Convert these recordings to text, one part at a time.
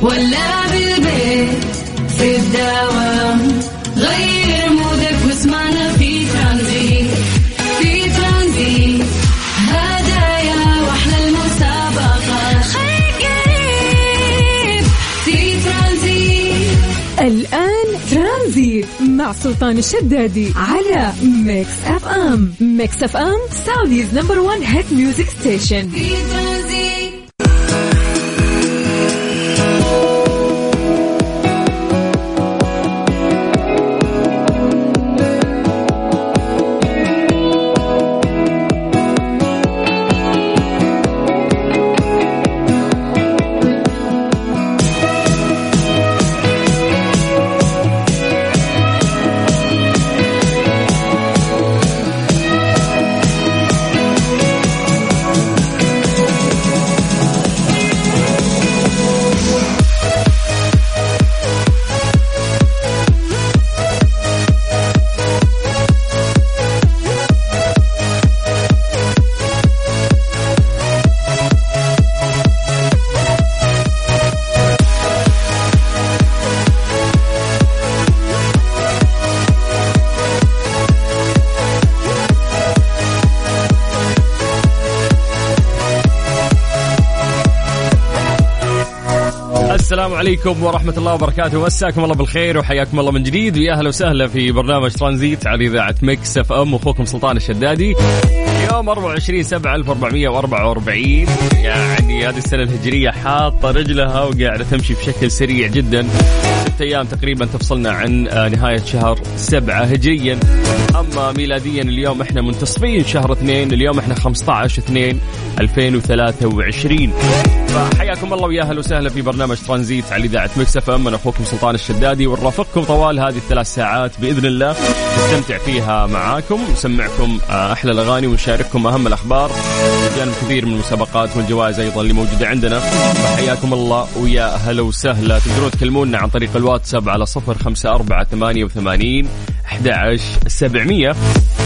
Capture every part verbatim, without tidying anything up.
ولا بالبيت في الدوام، غير مودك واسمعنا في ترانزيت. في ترانزيت هدايا واحلى المسابقة، خليك قريب في ترانزيت. الآن ترانزيت مع سلطان الشدادي على ميكس اف ام. ميكس اف ام سعوديز نمبر وان هيت ميوزك ستيشن. في ترانزيت. السلام عليكم ورحمة الله وبركاته، مساكم الله بالخير وحياكم الله من جديد، ويا أهلا وسهلا في برنامج ترانزيت على إذاعة ميكس اف ام، وأخوكم سلطان الشدادي. يوم أربعة وعشرين سبعة ألف وأربعمية وأربعة وأربعين، يعني هذه السنة الهجرية حاطة رجلها وقاعدة تمشي بشكل سريع جدا. ست أيام تقريبا تفصلنا عن نهاية شهر سبعة هجريا. أما ميلاديا اليوم احنا منتصفين شهر اثنين، اليوم احنا خمسة عشر اثنين ألفين وثلاثة وعشرين. فحياكم الله ويا أهلا وسهلا في برنامج ترانزيت على إذاعة ميكس اف ام. أنا أخوكم سلطان الشدادي، ونرافقكم طوال هذه الثلاث ساعات بإذن الله، نستمتع فيها معاكم، نسمعكم أحلى الأغاني، ونشارككم أهم الأخبار، وجانب كثير من المسابقات والجوائز أيضا اللي موجودة عندنا. فحياكم الله ويا أهلا وسهلا. تقدرون تكلمونا عن طريق الواتساب على صفر خمسة أربعة ثمانية وثمانين أحد عشر سبعمية.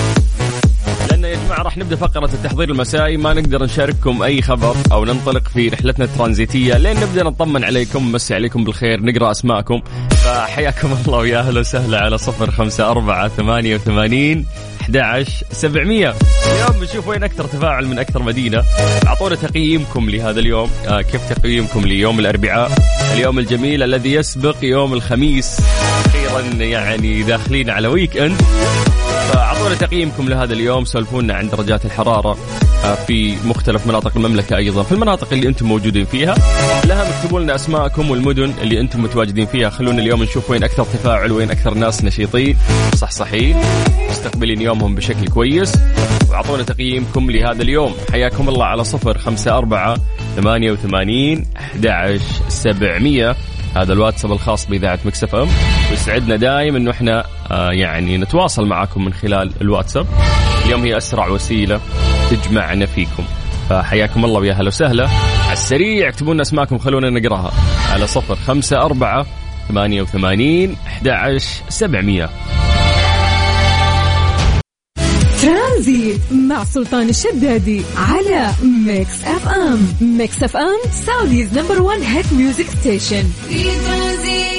لأن يا جماعة راح نبدأ فقرة التحضير المسائي، ما نقدر نشارككم أي خبر أو ننطلق في رحلتنا الترانزيتية لين نبدأ نطمن عليكم، مسي عليكم بالخير، نقرأ أسماءكم. فحياكم الله ويا أهلا وسهلا على صفر خمسة أربعة ثمانية وثمانين أحد عشر سبعمية. اليوم بنشوف وين أكثر تفاعل من أكثر مدينة. أعطونا تقييمكم لهذا اليوم، آه كيف تقييمكم ليوم الأربعاء، اليوم الجميل الذي يسبق يوم الخميس، أخيرا يعني داخلين على ويك أند. فأعطونا تقييمكم لهذا اليوم، سولفونا عن درجات الحرارة في مختلف مناطق المملكة، أيضا في المناطق اللي أنتم موجودين فيها. لها اكتبوا لنا أسماءكم والمدن اللي أنتم متواجدين فيها. خلونا اليوم نشوف وين أكثر تفاعل، وين أكثر ناس نشيطين صحصحين مستقبلين يومهم بشكل كويس. وأعطونا تقييمكم لهذا اليوم. حياكم الله على صفر خمسة أربعة ثمانية وثمانين أحد عشر سبعمية، هذا الواتساب الخاص بإذاعة ميكس اف ام. ويسعدنا دائم إنه إحنا آه يعني نتواصل معكم من خلال الواتساب. اليوم هي أسرع وسيلة تجمعنا فيكم. فحياكم الله ويا هلا وسهلا. على السريع اكتبوا لنا اسماءكم، خلونا نقراها على صفر خمسة أربعة ثمانية وثمانين أحد عشر سبعمية. ترانزيت مع سلطان الشدادي على ميكس اف ام. ميكس اف ام سعوديز نمبر وان هيت ميوزك ستيشن. في ترانزيت.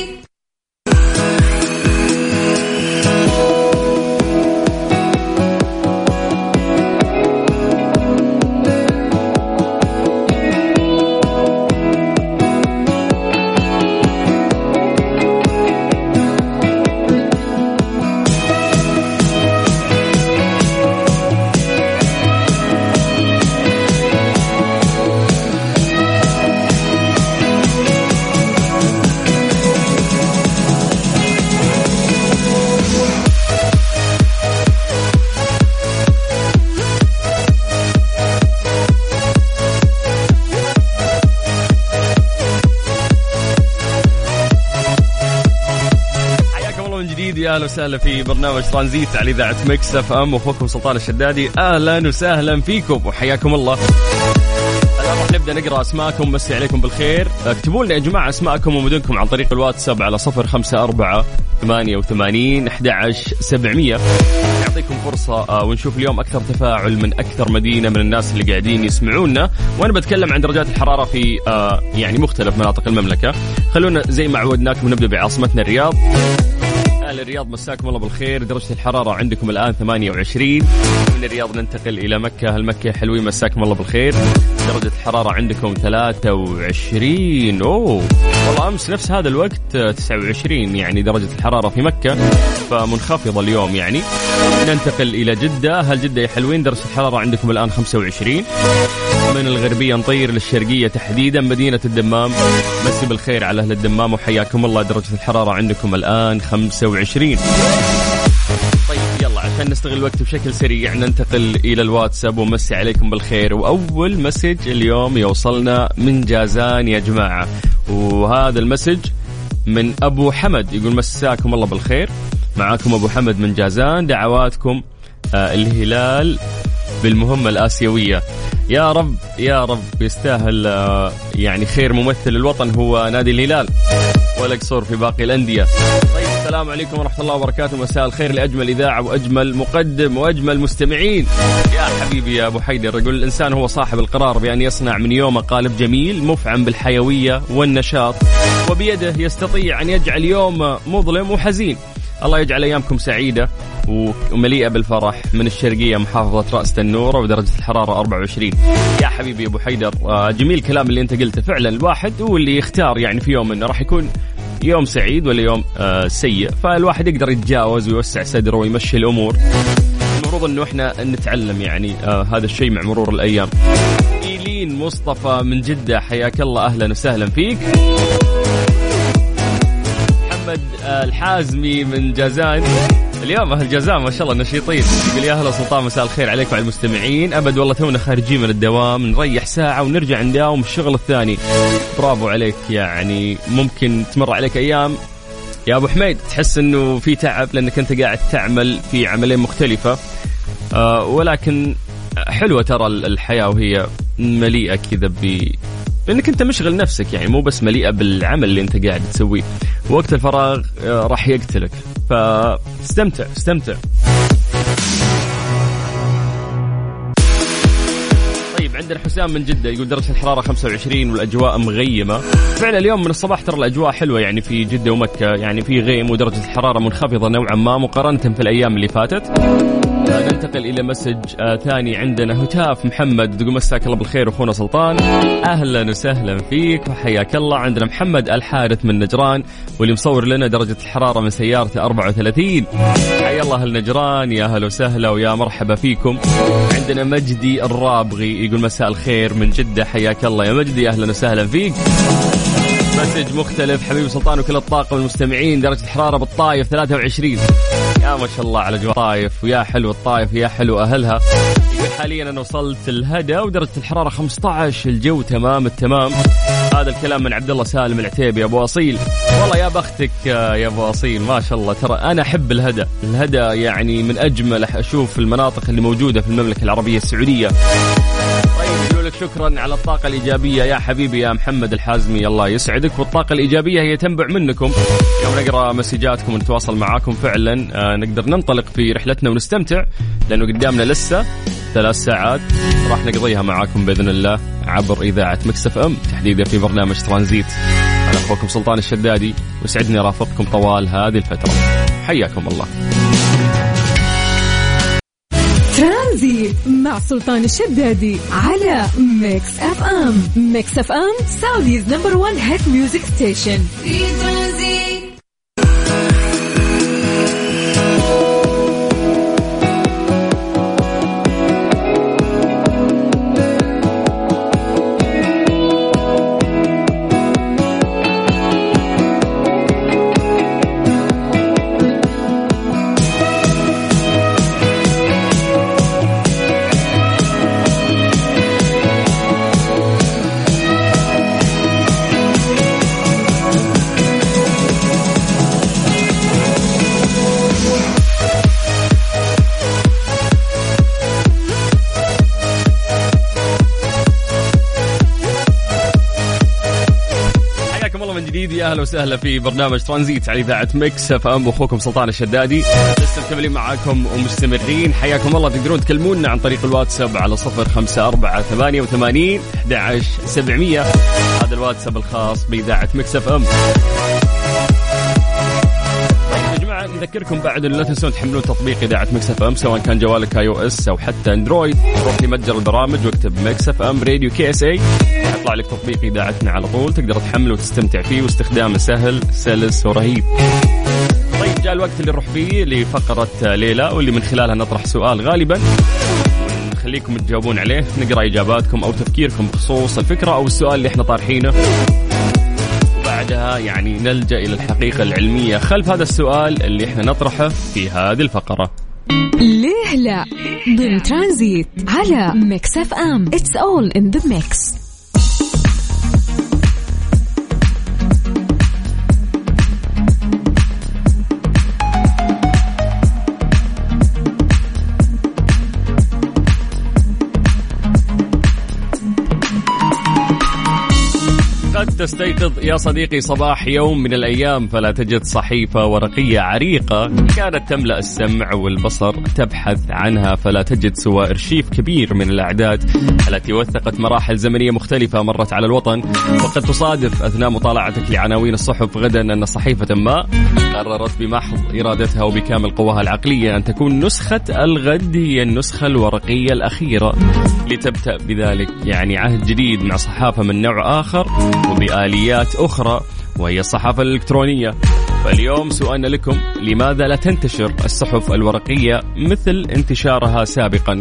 أهلا وسهلا في برنامج ترانزيت على إذاعة ميكس اف ام، وأخوكم سلطان الشدادي. أهلا وسهلا فيكم وحياكم الله. راح نبدأ نقرأ أسماءكم. مسي عليكم بالخير. اكتبوا لنا يا جماعة أسماءكم ومدنكم عن طريق الواتساب على صفر خمسة أربعة ثمانية وثمانين أحد عشر سبعمية. يعطيكم فرصة ونشوف اليوم أكثر تفاعل من أكثر مدينة من الناس اللي قاعدين يسمعونا، وأنا بتكلم عن درجات الحرارة في يعني مختلف مناطق المملكة. خلونا زي ما عودناكم نبدأ بعاصمتنا الرياض. أهل الرياض مساكم الله بالخير. درجة الحرارة عندكم الآن ثمانية وعشرين. من الرياض ننتقل إلى مكة. هل مكة حلوين؟ مساكم الله بالخير. درجة الحرارة عندكم ثلاثة وعشرين. أوه والله أمس نفس هذا الوقت تسعة وعشرين يعني درجة الحرارة في مكة، فمنخفضة اليوم يعني. ننتقل إلى جدة. هل جدة يا حلوين؟ درجة الحرارة عندكم الآن خمسة وعشرين. من الغربية نطير للشرقية تحديدا مدينة الدمام. مسي بالخير على أهل الدمام وحياكم الله. درجة الحرارة عندكم الآن خمسة وعشرين. طيب يلا عشان نستغل الوقت بشكل سريع ننتقل إلى الواتساب ومسي عليكم بالخير. وأول مسج اليوم يوصلنا من جازان يا جماعة، وهذا المسج من أبو حمد يقول مساكم الله بالخير. معاكم أبو حمد من جازان. دعواتكم آه الهلال بالمهمة الآسيوية. يا رب يا رب يستاهل آه يعني خير. ممثل الوطن هو نادي الهلال ولا قصور في باقي الأندية. طيب السلام عليكم ورحمة الله وبركاته. مساء الخير لأجمل إذاعة وأجمل مقدم وأجمل مستمعين. يا حبيبي يا أبو حيدر. يقول الإنسان هو صاحب القرار بأن يصنع من يومه قالب جميل مفعم بالحيوية والنشاط، وبيده يستطيع أن يجعل يوم مظلم وحزين. الله يجعل أيامكم سعيدة ومليئة بالفرح. من الشرقية محافظة رأس النور ودرجة الحرارة أربعة وعشرين. يا حبيبي أبو حيدر جميل كلام اللي أنت قلته. فعلا الواحد هو اللي يختار يعني في يوم إنه راح يكون يوم سعيد ولا يوم آه سيء، فالواحد يقدر يتجاوز ويوسع صدره ويمشي الأمور. المفروض إنه إحنا نتعلم يعني آه هذا الشيء مع مرور الأيام. إيلين مصطفى من جدة حياك الله. أهلا وسهلا فيك. محمد الحازمي من جازان. اليوم أهل جازان ما شاء الله نشيطين. يقول يا أهلا سلطان مساء الخير عليكم وعلى المستمعين. أبد والله تونا خارجين من الدوام نريح ساعة ونرجع نداوم الشغل الثاني. برافو عليك. يعني ممكن تمر عليك أيام يا أبو حميد تحس أنه في تعب لأنك أنت قاعد تعمل في عملين مختلفة، أه ولكن حلوة ترى الحياة وهي مليئة كذا ب لأنك أنت مشغل نفسك، يعني مو بس مليئة بالعمل اللي أنت قاعد تسويه. وقت الفراغ راح يقتلك، فاستمتع استمتع. طيب عندنا حسام من جدة يقول درجة الحرارة خمسة وعشرين والأجواء مغيمة. فعلا اليوم من الصباح ترى الأجواء حلوة يعني في جدة ومكة، يعني في غيم ودرجة الحرارة منخفضة نوعا ما مقارنة في الأيام اللي فاتت. ننتقل إلى مسج آه ثاني. عندنا هتاف محمد تقول مساك الله بالخير أخونا سلطان. أهلا وسهلا فيك وحياك الله. عندنا محمد الحارث من نجران واللي مصور لنا درجة الحرارة من سيارته أربعة وثلاثين. حيا الله النجران. يا أهلا وسهلا ويا مرحبا فيكم. عندنا مجدي الرابغي يقول مساء الخير من جدة. حياك الله يا مجدي. أهلا وسهلا فيك. مسج مختلف حبيبي سلطان وكل الطاقم المستمعين. درجة الحرارة بالطايف ثلاثة وعشرين. يا ما شاء الله على جو الطايف، ويا حلو الطايف يا حلو أهلها. حاليا أنا وصلت الهدى ودرجة الحرارة خمسة عشر. الجو تمام التمام. هذا الكلام من عبد الله سالم العتيبي. أبو أصيل والله يا بختك يا أبو أصيل ما شاء الله. ترى أنا أحب الهدى. الهدى يعني من أجمل أشوف المناطق اللي موجودة في المملكة العربية السعودية. طيب يقول لك شكرا على الطاقة الإيجابية يا حبيبي يا محمد الحازمي. الله يسعدك. والطاقة الإيجابية هي تنبع منكم. يوم نقرأ مسجاتكم ونتواصل معاكم فعلا آه نقدر ننطلق في رحلتنا ونستمتع، لأنه قدامنا لسه ثلاث ساعات راح نقضيها معاكم بإذن الله عبر إذاعة ميكس اف ام تحديدا في برنامج ترانزيت. أنا أخوكم سلطان الشدادي وسعدني رافقكم طوال هذه الفترة. حياكم الله. ترانزيت مع سلطان الشدادي على ميكس اف ام. ميكس اف ام سعوديز نمبر وان هيت ميوزك ستيشن. في ترانزيت. حياكم الله من جديد، يا اهلا وسهلا في برنامج ترانزيت على اذاعه ميكس اف ام، واخوكم سلطان الشدادي. لسه مكملين معاكم ومستمرين. حياكم الله. تقدرون تكلمونا عن طريق الواتساب على صفر خمسة أربعة ثمانية وثمانين أحد عشر سبعمية. هذا الواتساب الخاص باذاعه ميكس اف ام. نذكركم بعد أن لا تنسون تحملون تطبيق إذاعة ميكس اف ام، سواء كان جوالك اي او اس او حتى اندرويد. روح لمتجر البرامج واكتب ميكس اف ام راديو كي اس اي، يطلع لك تطبيق إذاعتنا على طول، تقدر تحمله وتستمتع فيه، واستخدامه سهل سلس ورهيب. طيب جاء الوقت اللي نروح فيه لفقرة ليلى، واللي من خلالها نطرح سؤال غالبا نخليكم تجاوبون عليه، نقرأ إجاباتكم أو تفكيركم بخصوص الفكرة أو السؤال اللي احنا طارحينه، بعدها يعني نلجأ إلى الحقيقة العلمية خلف هذا السؤال اللي احنا نطرحه في هذه الفقرة. ليه لا ضمن ترانزيت على ميكس اف ام. It's all in the mix. قد تستيقظ يا صديقي صباح يوم من الأيام فلا تجد صحيفة ورقية عريقة كانت تملأ السمع والبصر، تبحث عنها فلا تجد سوى أرشيف كبير من الأعداد التي وثقت مراحل زمنية مختلفة مرت على الوطن. وقد تصادف أثناء مطالعتك لعناوين الصحف غدا أن صحيفة ما قررت بمحض إرادتها وبكامل قواها العقلية أن تكون نسخة الغد هي النسخة الورقية الأخيرة، لتبدأ بذلك يعني عهد جديد مع صحافة من نوع آخر وبآليات أخرى، وهي الصحافة الإلكترونية. فاليوم سؤالنا لكم: لماذا لا تنتشر الصحف الورقية مثل انتشارها سابقا؟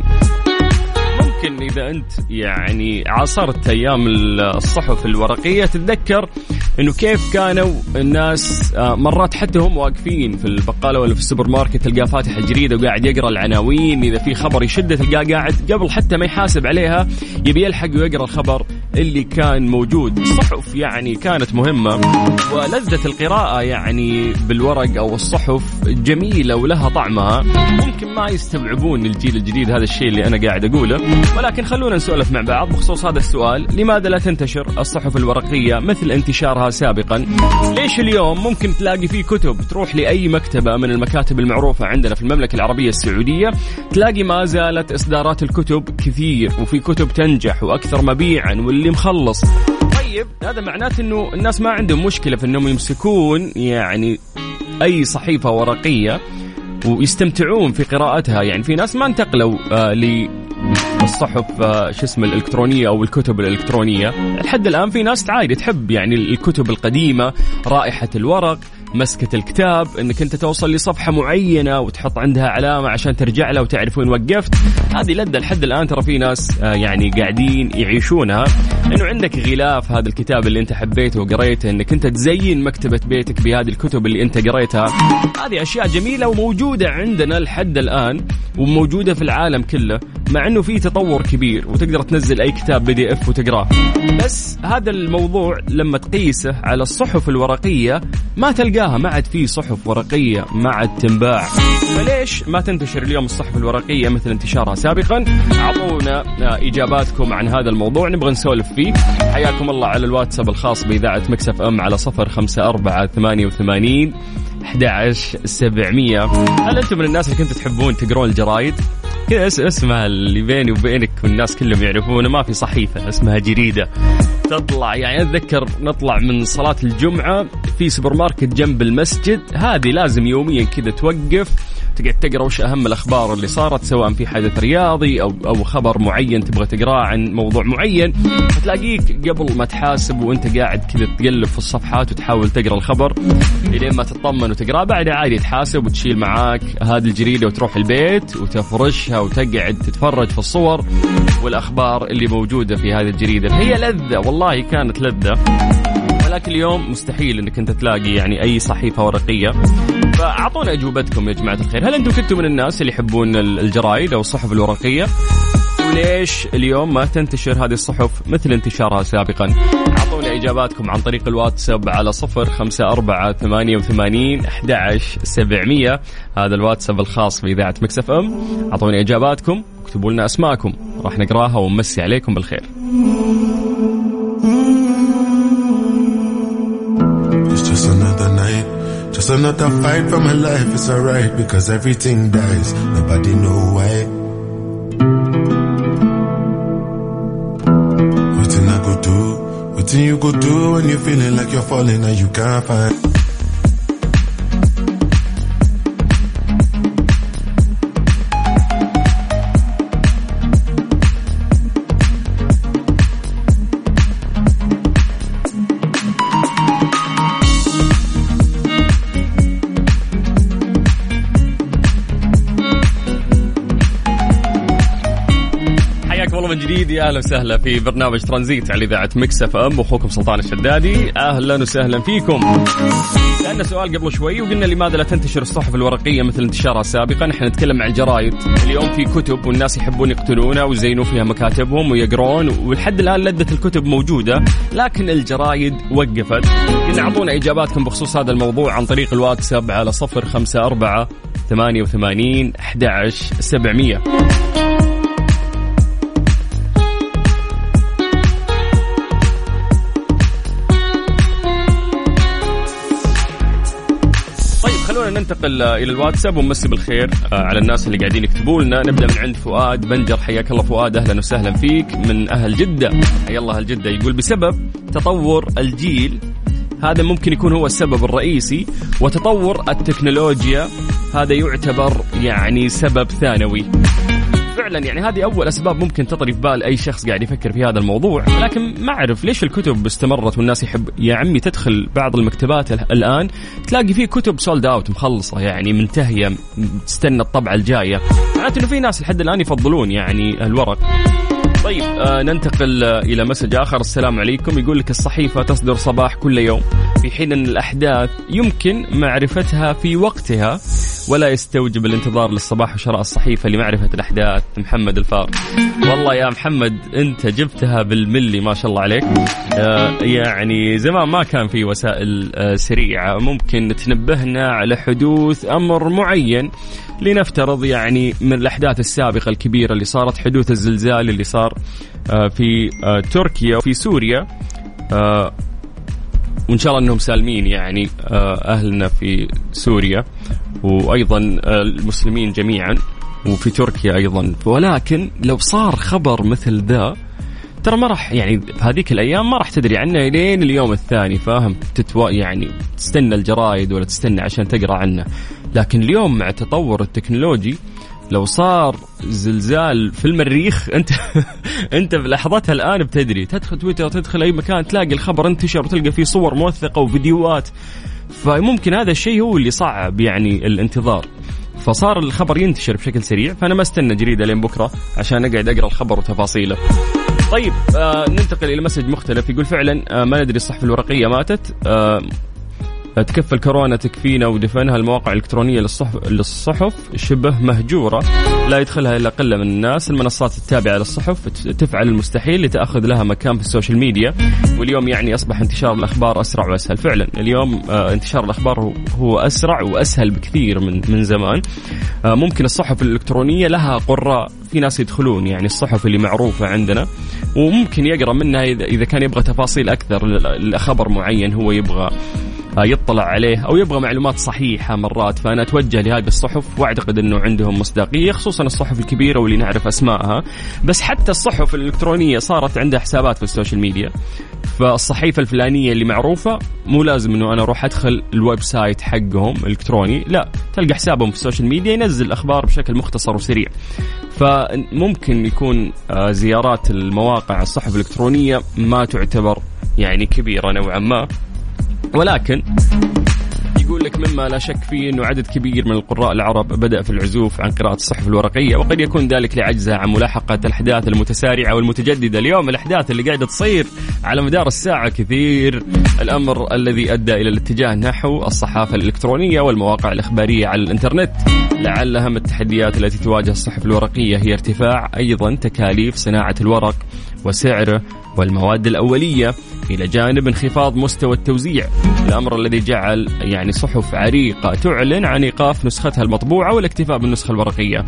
ممكن إذا أنت يعني عاصرت أيام الصحف الورقية تتذكر إنه كيف كانوا الناس مرات حتى هم واقفين في البقالة ولا في السوبر ماركت تلقاه فاتح الجريدة وقاعد يقرأ العناوين، إذا في خبر يشده تلقاه قاعد قبل حتى ما يحاسب عليها يبي يلحق ويقرأ الخبر اللي كان موجود. الصحف يعني كانت مهمة، ولذة القراءة يعني بالورق أو الصحف جميلة ولها طعمها. ممكن ما يستوعبون الجيل الجديد هذا الشيء اللي أنا قاعد أقوله، ولكن خلونا نسولف مع بعض بخصوص هذا السؤال: لماذا لا تنتشر الصحف الورقية مثل انتشارها سابقا؟ ليش اليوم ممكن تلاقي فيه كتب تروح لأي مكتبة من المكاتب المعروفة عندنا في المملكة العربية السعودية تلاقي ما زالت إصدارات الكتب كثير، وفي كتب تنجح وأكثر مبيعا واللي مخلص؟ طيب هذا معناته إنه الناس ما عندهم مشكلة في إنهم يمسكون يعني أي صحيفة ورقية ويستمتعون في قراءتها. يعني في ناس ما انتقلوا آه للصحف آه شو اسمه الإلكترونية أو الكتب الإلكترونية لحد الآن. في ناس عادي تحب يعني الكتب القديمة، رائحة الورق، مسكة الكتاب، انك انت توصل لصفحة معينة وتحط عندها علامة عشان ترجع لها وتعرف وين وقفت. هذه لذة لحد الآن ترى في ناس آه يعني قاعدين يعيشونها، انه عندك غلاف هذا الكتاب اللي انت حبيته وقريته، انك انت تزين مكتبة بيتك بهذه الكتب اللي انت قريتها. هذه اشياء جميلة وموجودة عندنا لحد الآن وموجودة في العالم كله، مع انه في تطور كبير وتقدر تنزل اي كتاب بي دي اف وتقراه. بس هذا الموضوع لما تقيسه على الصحف الورقية ما تلقاها، ما عاد في صحف ورقية ما عاد تنباع. فليش ما تنتشر اليوم الصحف الورقية مثل انتشارها سابقا؟ أعطونا إجاباتكم عن هذا الموضوع، نبغى نسولف فيه. حياكم الله على الواتساب الخاص بإذاعة ميكس اف ام على صفر خمسة أربعة ثمانية وثمانين أحد عشر سبعمية. هل أنتم من الناس اللي كنتوا تحبون تقرون الجرايد؟ كذا اسمها اللي بيني وبينك والناس كلهم يعرفونه، ما في صحيفة اسمها جريدة تطلع. يعني أتذكر نطلع من صلاة الجمعة في سوبر ماركت جنب المسجد، هذه لازم يوميا كذا توقف تقعد تقرأ وش أهم الأخبار اللي صارت، سواء في حدث رياضي أو أو خبر معين تبغى تقرأه عن موضوع معين، فتلاقيك قبل ما تحاسب وأنت قاعد كذا تقلب في الصفحات وتحاول تقرأ الخبر لين ما تطمن وتقرأ. بعدها عادي تحاسب وتشيل معاك هذه الجريدة وتروح البيت وتفرشها وتقعد تتفرج في الصور والأخبار اللي موجودة في هذه الجريدة. هي لذة والله، كانت لذة. ولكن اليوم مستحيل انك انت تلاقي يعني اي صحيفة ورقية. فاعطونا اجوبتكم يا جماعة الخير، هل انتم كنتوا من الناس اللي يحبون الجرايد او الصحف الورقية؟ وليش اليوم ما تنتشر هذه الصحف مثل انتشارها سابقا؟ اعطونا اجاباتكم عن طريق الواتساب على صفر خمسة أربعة ثمانية وثمانين أحد عشر سبعمية. هذا الواتساب الخاص بإذاعة ميكس اف ام. اعطونا اجاباتكم، اكتبوا لنا اسماءكم، راح نقراها ونمسي عليكم بالخير. It's another fight for my life, it's alright, because everything dies, nobody know why. What I go do, what you go do when you're feeling like you're falling and you can't find. من جديد يا أهلا وسهلا في برنامج ترانزيت على إذاعة ميكس اف ام، أخوكم سلطان الشدادي. أهلا وسهلا فيكم. سألنا سؤال قبل شوي وقلنا لماذا لا تنتشر الصحف الورقية مثل انتشارها سابقا. نحن نتكلم عن الجرائد. اليوم في كتب والناس يحبون يقتنونها ويزينوا فيها مكاتبهم ويقرون، ولحد الآن لذة الكتب موجودة، لكن الجرائد وقفت. قلنا أعطونا إجاباتكم بخصوص هذا الموضوع عن طريق الواتساب على صفر خمسة أربعة ثمانية وثمانين أحد عشر سبعمية. ننتقل إلى الواتساب ونمسي بالخير على الناس اللي قاعدين يكتبوا لنا. نبدأ من عند فؤاد بنجر. حياك الله فؤاد، أهلا وسهلا فيك من أهل جدة. حيا الله أهل جدة. يقول بسبب تطور الجيل هذا ممكن يكون هو السبب الرئيسي، وتطور التكنولوجيا هذا يعتبر يعني سبب ثانوي. فعلا يعني هذه أول أسباب ممكن تطري في بال أي شخص قاعد يفكر في هذا الموضوع، لكن ما أعرف ليش الكتب استمرت والناس يحب. يا عمي تدخل بعض المكتبات الآن تلاقي فيه كتب سولد أوت مخلصة، يعني منتهية، تستنى الطبعة الجاية. معناته إنه في ناس لحد الآن يفضلون يعني الورق. طيب آه ننتقل إلى مسج آخر. السلام عليكم. يقول لك الصحيفة تصدر صباح كل يوم، في حين أن الأحداث يمكن معرفتها في وقتها، ولا يستوجب الانتظار للصباح وشراء الصحيفة لمعرفة الأحداث. محمد الفار. والله يا محمد أنت جبتها بالملي، ما شاء الله عليك. آه يعني زمان ما كان في وسائل آه سريعة ممكن تنبهنا على حدوث أمر معين، لنفترض يعني من الأحداث السابقة الكبيرة اللي صارت، حدوث الزلزال اللي صار آه في آه تركيا وفي سوريا، آه وإن شاء الله أنهم سالمين يعني أهلنا في سوريا، وأيضا المسلمين جميعا، وفي تركيا أيضا. ولكن لو صار خبر مثل ذا ترى ما راح يعني في هذيك الأيام ما راح تدري عنه لين اليوم الثاني، فاهم؟ تتوا يعني تستنى الجرائد ولا تستنى عشان تقرأ عنه. لكن اليوم مع التطور التكنولوجي لو صار زلزال في المريخ انت انت في لحظتها الان بتدري، تدخل تويتر تدخل اي مكان تلاقي الخبر انتشر وتلقى فيه صور موثقه وفيديوهات. فممكن هذا الشيء هو اللي صعب يعني الانتظار، فصار الخبر ينتشر بشكل سريع. فانا ما استنى جريده لين بكره عشان اقعد اقرا الخبر وتفاصيله. طيب آه ننتقل الى مسج مختلف. يقول فعلا آه ما ندري الصحف الورقيه ماتت، آه تكفل كورونا تكفينا ودفنها المواقع الإلكترونية للصحف, للصحف شبه مهجورة، لا يدخلها إلا قلة من الناس. المنصات التابعة للصحف تفعل المستحيل لتأخذ لها مكان في السوشيال ميديا، واليوم يعني أصبح انتشار الأخبار أسرع وأسهل. فعلا اليوم انتشار الأخبار هو أسرع وأسهل بكثير من من زمان. ممكن الصحف الإلكترونية لها قراء، في ناس يدخلون يعني الصحف اللي معروفة عندنا وممكن يقرأ منها إذا كان يبغى تفاصيل أكثر لخبر معين هو يبغى يطلع عليه أو يبغى معلومات صحيحة مرات. فأنا أتوجه لهذه الصحف وأعتقد أنه عندهم مصداقية، خصوصا الصحف الكبيرة واللي نعرف أسمائها. بس حتى الصحف الإلكترونية صارت عندها حسابات في السوشيال ميديا، فالصحيفة الفلانية اللي معروفة مو لازم أنه أنا أروح أدخل الويب سايت حقهم إلكتروني، لا، تلقى حسابهم في السوشيال ميديا ينزل أخبار بشكل مختصر وسريع. فممكن يكون زيارات المواقع الصحف الإلكترونية ما تعتبر يعني كبيرة نوعا ما، ولكن يقول لك مما لا شك فيه أنه عدد كبير من القراء العرب بدأ في العزوف عن قراءة الصحف الورقية، وقد يكون ذلك لعجزه عن ملاحقة الأحداث المتسارعة والمتجددة. اليوم الأحداث اللي قاعدة تصير على مدار الساعة كثير، الأمر الذي أدى إلى الاتجاه نحو الصحافة الإلكترونية والمواقع الإخبارية على الإنترنت. لعل أهم التحديات التي تواجه الصحف الورقية هي ارتفاع أيضا تكاليف صناعة الورق وسعره والمواد الأولية، إلى جانب انخفاض مستوى التوزيع، الأمر الذي جعل يعني صحف عريقة تعلن عن إيقاف نسختها المطبوعة والاكتفاء بالنسخة الورقية.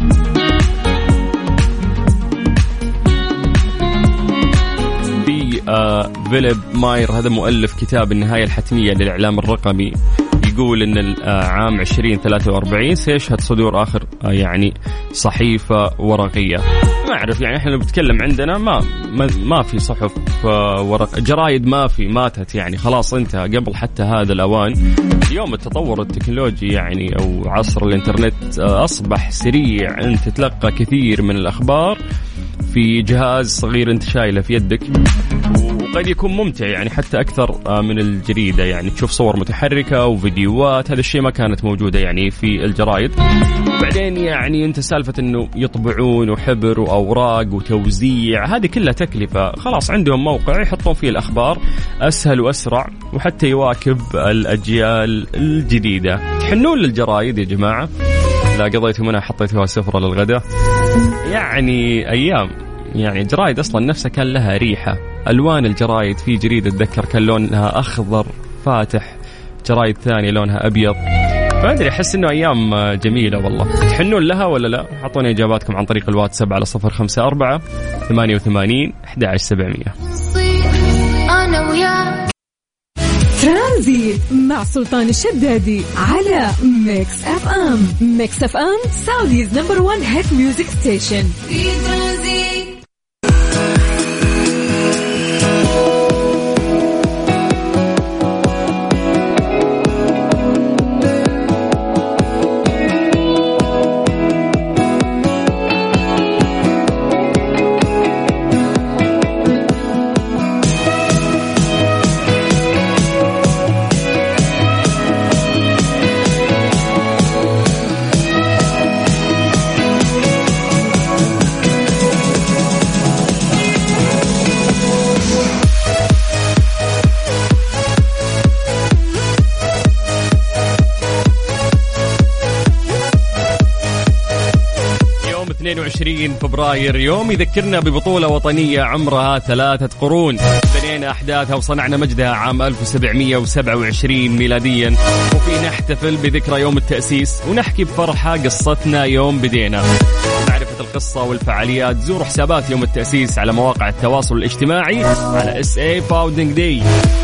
في آه فيليب ماير، هذا مؤلف كتاب النهاية الحتمية للإعلام الرقمي، يقول أن عام عشرين ثلاثة وأربعين سيشهد صدور آخر يعني صحيفة ورقية. ما أعرف يعني إحنا بنتكلم عندنا ما ما, ما في صحف ورق، جرايد ما في، ماتت يعني خلاص انتهى قبل حتى هذا الأوان. اليوم التطور التكنولوجي يعني أو عصر الإنترنت أصبح سريع، أنت تتلقى كثير من الأخبار في جهاز صغير أنت شايله في يدك، وقد يكون ممتع يعني حتى أكثر من الجريدة. يعني تشوف صور متحركة وفيديوهات، هذا الشيء ما كانت موجودة يعني في الجرايد. بعدين يعني أنت سالفة أنه يطبعون وحبر وأوراق وتوزيع، هذه كلها تكلفة. خلاص عندهم موقع يحطون فيه الأخبار أسهل وأسرع، وحتى يواكب الأجيال الجديدة. تحنون للجرايد يا جماعة؟ لا قضيتوا منها حطيتوها سفرة للغداء؟ يعني أيام يعني الجرايد أصلا نفسها كان لها ريحة. ألوان الجرايد، في جريدة أتذكر كان لونها أخضر فاتح، جرايد ثانية لونها أبيض. فأدري أحس إنه أيام جميلة والله. تحنون لها ولا لا؟ أعطوني إجاباتكم عن طريق الواتساب على صفر خمسة أربعة ثمانية وثمانين أحد عشر سبعمية. ترانزيت مع سلطان الشدادي على ميكس اف ام. ميكس اف ام سعوديز نمبر وان هيت ميوزك ستيشن. في ترانزيت اثنين وعشرين فبراير، يوم يذكرنا ببطولة وطنية عمرها ثلاثة قرون، بنينا أحداثها وصنعنا مجدها عام ألف وسبعمية وسبعة وعشرين ميلاديا، وفي نحتفل بذكرى يوم التأسيس ونحكي بفرحة قصتنا يوم بدينا. معرفة القصة والفعاليات زوروا حسابات يوم التأسيس على مواقع التواصل الاجتماعي على إس إيه Founding Day.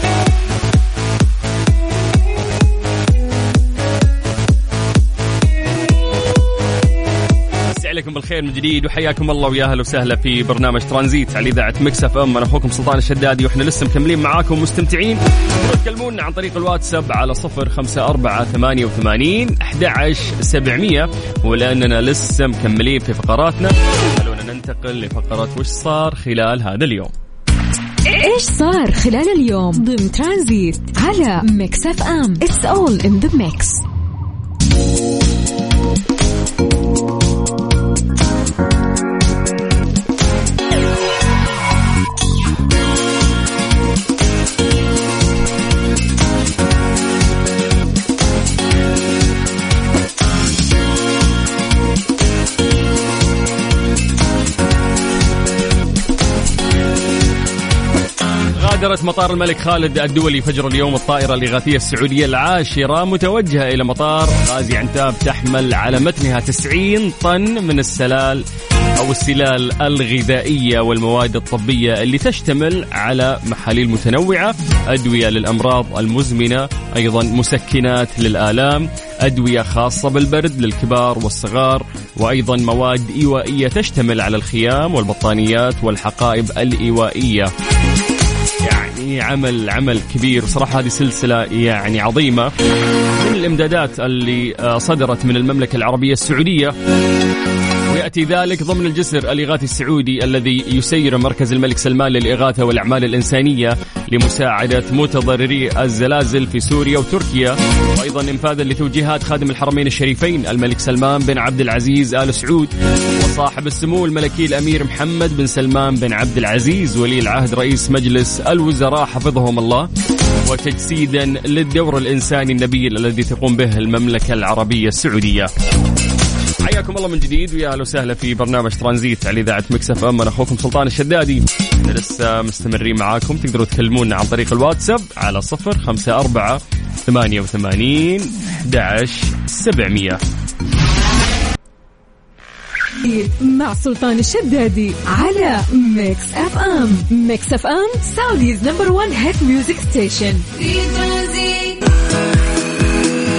عليكم بالخير من جديد وحياكم الله ويا اهلا وسهلا في برنامج ترانزيت على اذاعه ميكس اف ام. انا اخوكم سلطان الشدادي واحنا لسه مكملين معاكم مستمتعين. تكلمونا عن طريق الواتساب على صفر خمسة أربعة ثمانية وثمانين أحد عشر سبعمية، ولاننا لسه مكملين في فقراتنا خلونا ننتقل لفقرة وش صار خلال هذا اليوم. ايش صار خلال اليوم ضمن ترانزيت على ميكس اف ام. It's all in the mix. غادرت مطار الملك خالد الدولي فجر اليوم الطائرة الإغاثية السعودية العاشرة متوجهة إلى مطار غازي عنتاب تحمل على متنها تسعين طن من السلال أو السلال الغذائية والمواد الطبية اللي تشتمل على محاليل متنوعة، أدوية للأمراض المزمنة، أيضا مسكنات للآلام، أدوية خاصة بالبرد للكبار والصغار، وأيضا مواد إيوائية تشتمل على الخيام والبطانيات والحقائب الإيوائية. يعني عمل عمل كبير صراحة. هذه سلسلة يعني عظيمة من الإمدادات اللي صدرت من المملكة العربية السعودية، ويأتي ذلك ضمن الجسر الإغاثي السعودي الذي يسير مركز الملك سلمان للإغاثة والأعمال الإنسانية لمساعدة متضرري الزلازل في سوريا وتركيا، وأيضا إنفاذا لتوجيهات خادم الحرمين الشريفين الملك سلمان بن عبد العزيز آل سعود وصاحب السمو الملكي الأمير محمد بن سلمان بن عبد العزيز ولي العهد رئيس مجلس الوزراء حفظهم الله، وتجسيدا للدور الإنساني النبيل الذي تقوم به المملكة العربية السعودية. حياكم الله من جديد ويا اهلا وسهلا في برنامج ترانزيت على اذاعه ميكس اف ام. انا اخوكم سلطان الشدادي، لسه مستمرين معاكم. تقدروا تكلمونا عن طريق الواتساب على صفر خمسة أربعة ثمانية وثمانين أحد عشر سبعمية. مع سلطان الشدادي على ميكس اف ام. ميكس اف ام سعوديز نمبر وان هيت ميوزك ستيشن. في ترانزيت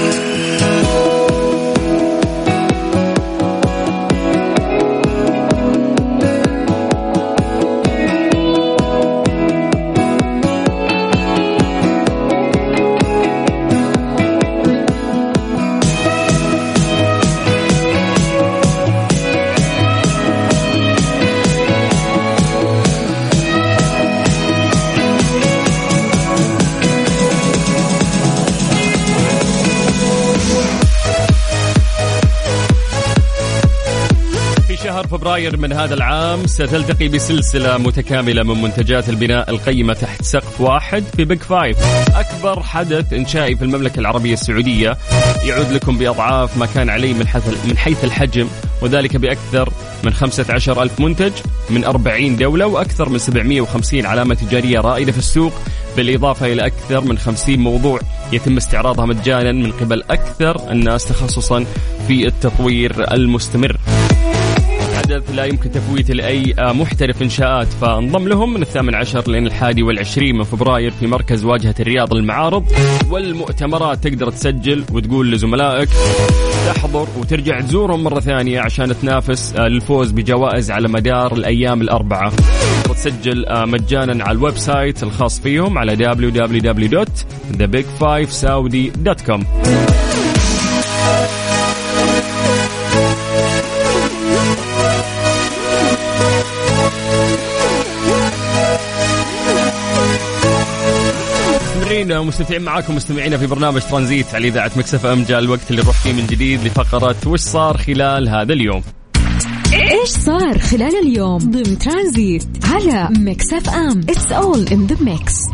شهر فبراير من هذا العام ستلتقي بسلسلة متكاملة من منتجات البناء القيمة تحت سقف واحد في بيج فايف، أكبر حدث إنشائي في المملكة العربية السعودية يعود لكم بأضعاف ما كان عليه من حيث من حيث الحجم، وذلك بأكثر من خمسة عشر ألف منتج من أربعين دولة وأكثر من سبعمائة وخمسين علامة تجارية رائدة في السوق، بالإضافة إلى أكثر من خمسين موضوع يتم استعراضها مجانا من قبل أكثر الناس تخصصا في التطوير المستمر. حدث لا يمكن تفويته لأي محترف إنشاءات، فانضم لهم من الثامن عشر لين الحادي والعشرين من فبراير في مركز واجهة الرياض المعارض والمؤتمرات. تقدر تسجل وتقول لزملائك تحضر وترجع تزورهم مرة ثانية عشان تنافس للفوز بجوائز على مدار الأيام الأربعة. وتسجل مجانا على الويب سايت الخاص فيهم على دبليو دبليو دبليو دوت ذا بيج فايف سعودي دوت كوم. مستمتعين معاكم مستمعينا في برنامج ترانزيت على إذاعة ميكس اف ام. جاء الوقت اللي نروح فيه من جديد لفقرة وش صار خلال هذا اليوم. ايش صار خلال اليوم ضمن ترانزيت على ميكس اف ام. It's all in the mix.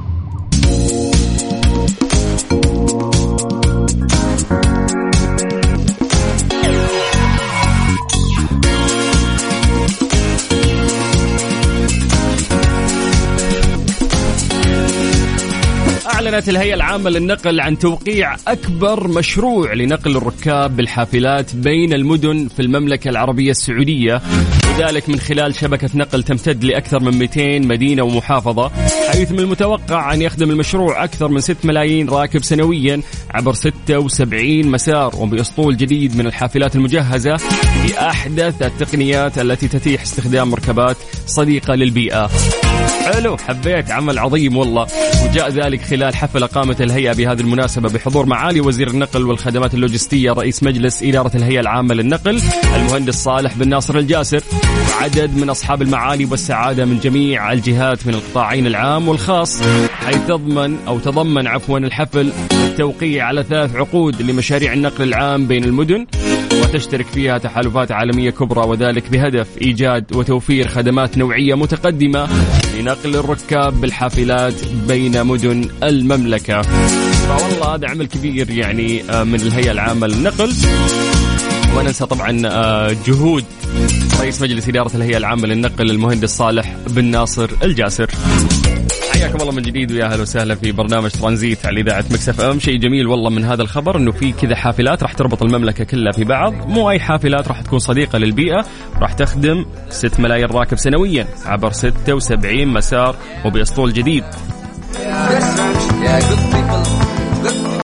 أعلنت الهيئة العامة للنقل عن توقيع أكبر مشروع لنقل الركاب بالحافلات بين المدن في المملكة العربية السعودية، وذلك من خلال شبكة نقل تمتد لأكثر من مئتين مدينة ومحافظة، حيث من المتوقع أن يخدم المشروع أكثر من ستة ملايين راكب سنويا عبر ستة وسبعين مسار، وبأسطول جديد من الحافلات المجهزة بأحدث التقنيات التي تتيح استخدام مركبات صديقة للبيئة. حلو، حبيت، عمل عظيم والله. وجاء ذلك خلال حفل قامت الهيئة بهذه المناسبة بحضور معالي وزير النقل والخدمات اللوجستية رئيس مجلس إدارة الهيئة العامة للنقل المهندس صالح بن ناصر الجاسر، وعدد من أصحاب المعالي والسعادة من جميع الجهات من القطاعين العام والخاص، حيث تضمن أو تضمن عفوا الحفل التوقيع على ثلاث عقود لمشاريع النقل العام بين المدن، وتشترك فيها تحالفات عالمية كبرى، وذلك بهدف إيجاد وتوفير خدمات نوعية متقدمة لنقل الركاب بالحافلات بين مدن المملكة. فوالله هذا عمل كبير يعني من الهيئة العامة للنقل، وننسى طبعا جهود رئيس مجلس إدارة الهيئة العامة للنقل المهندس صالح بن ناصر الجاسر. حياكم الله من جديد ويا اهلا وسهلا في برنامج ترانزيت على إذاعة ميكس اف ام. شيء جميل والله من هذا الخبر انه في كذا حافلات راح تربط المملكة كلها في بعض، مو اي حافلات، راح تكون صديقة للبيئة، راح تخدم ستة ملايين راكب سنويا عبر ستة وسبعين مسار وبأسطول جديد.